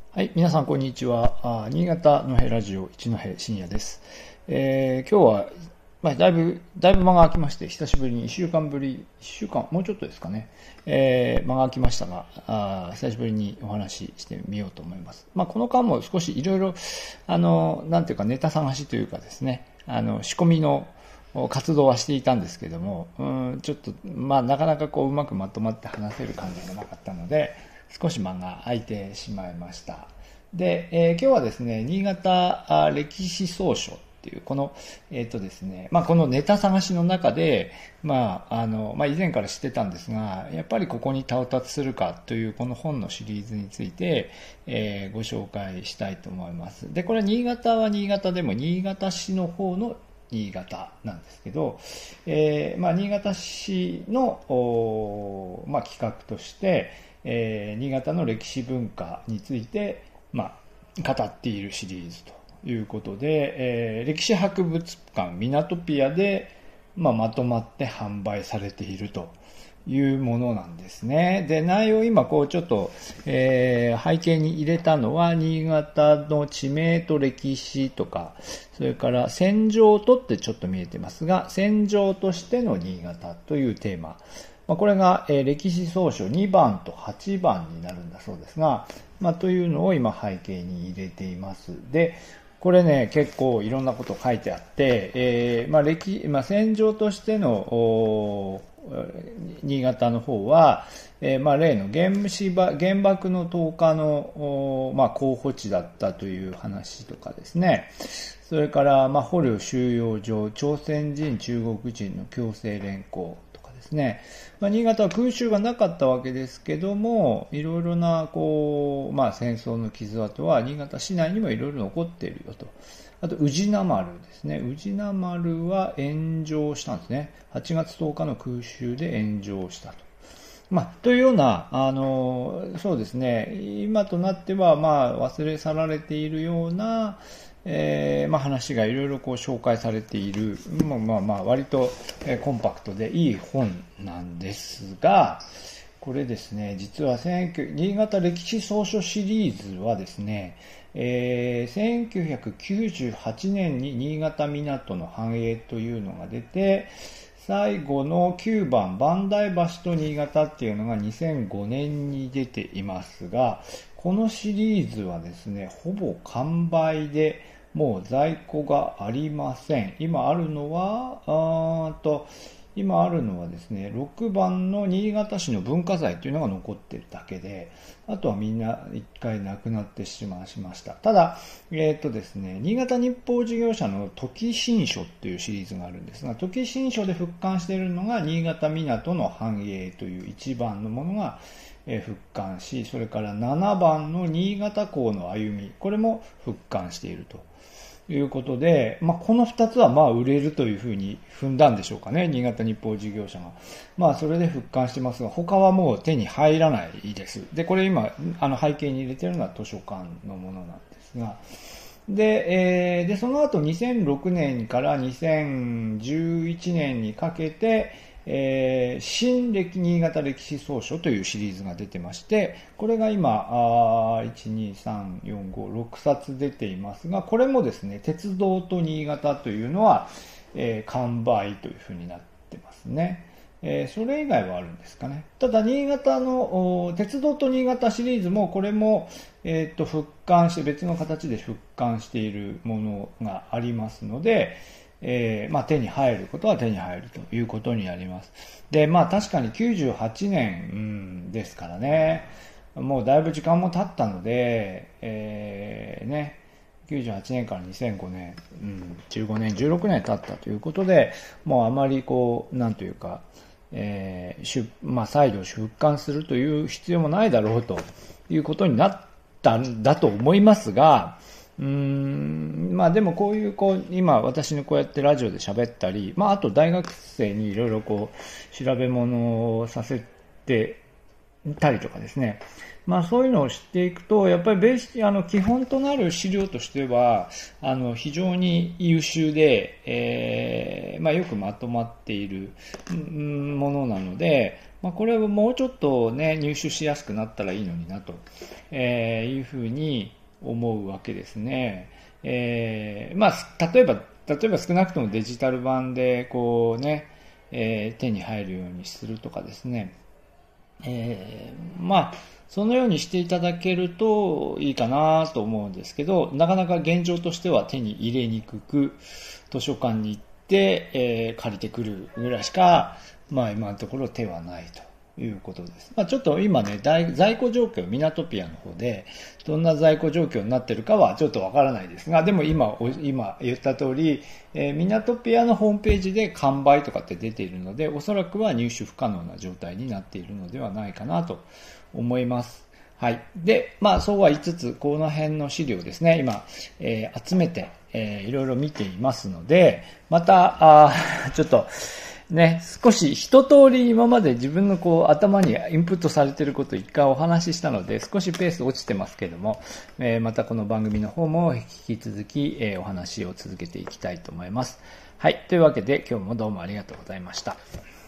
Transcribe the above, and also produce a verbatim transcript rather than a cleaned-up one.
はい、皆さんこんにちは。あ新潟のへラジオ一戸深夜です。えー、今日は、まあ、だいぶ、だいぶ間が空きまして、久しぶりにいっしゅうかんぶり、いっしゅうかん、もうちょっとですかね、えー、間が空きましたが、あ久しぶりにお話ししてみようと思います。まあ、この間も少しいろいろ、あの、なんていうかネタ探しというかですね、あの、仕込みの活動はしていたんですけども、うん、ちょっと、まあ、なかなかこう、うまくまとまって話せる感じがなかったので、少し間が空いてしまいました。で、えー、今日はですね、新潟歴史総書っていう、この、えっ、ー、とですね、まあ、このネタ探しの中で、まあ、あの、まあ、以前から知ってたんですが、やっぱりここに到達するかというこの本のシリーズについて、えー、ご紹介したいと思います。で、これ新潟は新潟でも、新潟市の方の新潟なんですけど、えーまあ、新潟市の、まあ、企画として、えー、新潟の歴史文化について、まあ、語っているシリーズということで、えー、歴史博物館ミナトピアで、まあ、まとまって販売されているというものなんですね。で、内容今こうちょっと、えー、背景に入れたのは新潟の地名と歴史とか、それから戦場とってちょっと見えてますが、戦場としての新潟というテーマ。まあ、これが、えー、歴史総書にばんとはちばんになるんだそうですが、まあ、というのを今背景に入れています。で、これね、結構いろんなこと書いてあって、えー、まあ歴、まあ、戦場としての、新潟の方は、えー、まあ例の原子ば原爆の投下の、まあ、候補地だったという話とかですね。それから、まあ、捕虜収容所、朝鮮人、中国人の強制連行とかですね。まあ、新潟は空襲がなかったわけですけども、いろいろな、こう、まあ、戦争の傷跡は新潟市内にもいろいろ残っているよと。あと、宇品丸ですね。宇品丸は炎上したんですね。はちがつとおかの空襲で炎上したと。まあ、というような、あの、そうですね、今となっては、まあ、忘れ去られているような、えー、まあ、話がいろいろこう紹介されている、まあまあまあ、割とコンパクトでいい本なんですが、これですね、実は新潟歴史総書シリーズはですね、えー、せんきゅうひゃくきゅうじゅうはちねんに新潟港の繁栄というのが出て、最後のきゅうばん、磐梯橋と新潟っていうのがにせんごねんに出ていますが、このシリーズはですね、ほぼ完売で、もう在庫がありません。今あるのは、あーと、今あるのはですね、ろくばんの新潟市の文化財というのが残っているだけで、あとはみんな一回なくなってしまいました。ただ、えっとですね、新潟日報事業者の時新書っていうシリーズがあるんですが、時新書で復刊しているのが新潟港の繁栄といういちばんのものが復刊し、それからななばんの新潟港の歩み、これも復刊していると。いうことで、まあ、この二つはまあ売れるというふうに踏んだんでしょうかね、新潟日報事業者が。まあ、それで復刊してますが、他はもう手に入らないです。で、これ今、あの背景に入れてるのは図書館のものなんですが、で、えー、で、その後にせんろくねんからにせんじゅういちねんにかけて、えー、新歴新潟歴史総書というシリーズが出てまして、これが今、あいち、に、さん、よん、ご、ろくさつ出ていますが、これもですね、鉄道と新潟というのは、えー、完売というふうになってますね。えー、それ以外はあるんですかね。ただ、新潟の、鉄道と新潟シリーズも、これも、えっと、復刊して、別の形で復刊しているものがありますので、えー、まあ手に入ることは手に入るということになります。で、まあ確かにきゅうじゅうはちねん、うん、ですからね、もうだいぶ時間も経ったので、えー、ね、きゅうじゅうはちねんからにせんごねん、うん、じゅうごねん、じゅうろくねん経ったということで、もうあまりこう、なんというか、えー、出、まあ再度出刊するという必要もないだろうということになったんだと思いますが、うーんまあでもこういうこう今私のこうやってラジオで喋ったり、まああと大学生にいろいろこう調べ物をさせてたりとかですね。まあそういうのを知っていくと、やっぱりベース、あの、基本となる資料としては、あの、非常に優秀で、えー、まあよくまとまっているものなので、まあこれをもうちょっとね、入手しやすくなったらいいのになと、えー、いうふうに思うわけですね。えー、まあ例えば、例えば少なくともデジタル版でこうね、えー、手に入るようにするとかですね。えー、まあ、そのようにしていただけるといいかなと思うんですけど、なかなか現状としては手に入れにくく、図書館に行って、えー、借りてくるぐらいしか、まあ今のところ手はないということです。まあちょっと今ね、在庫状況、ミナトピアの方で、どんな在庫状況になってるかはちょっとわからないですが、でも今、今言った通り、えー、ミナトピアのホームページで完売とかって出ているので、おそらくは入手不可能な状態になっているのではないかなと思います。はい。で、まあそうは言いつつ、この辺の資料ですね、今、えー、集めて、えー、いろいろ見ていますので、また、あちょっと、ね、少し一通り今まで自分のこう頭にインプットされていることを一回お話ししたので少しペース落ちてますけども、えー、またこの番組の方も引き続き、えー、お話を続けていきたいと思います。はい。というわけで今日もどうもありがとうございました。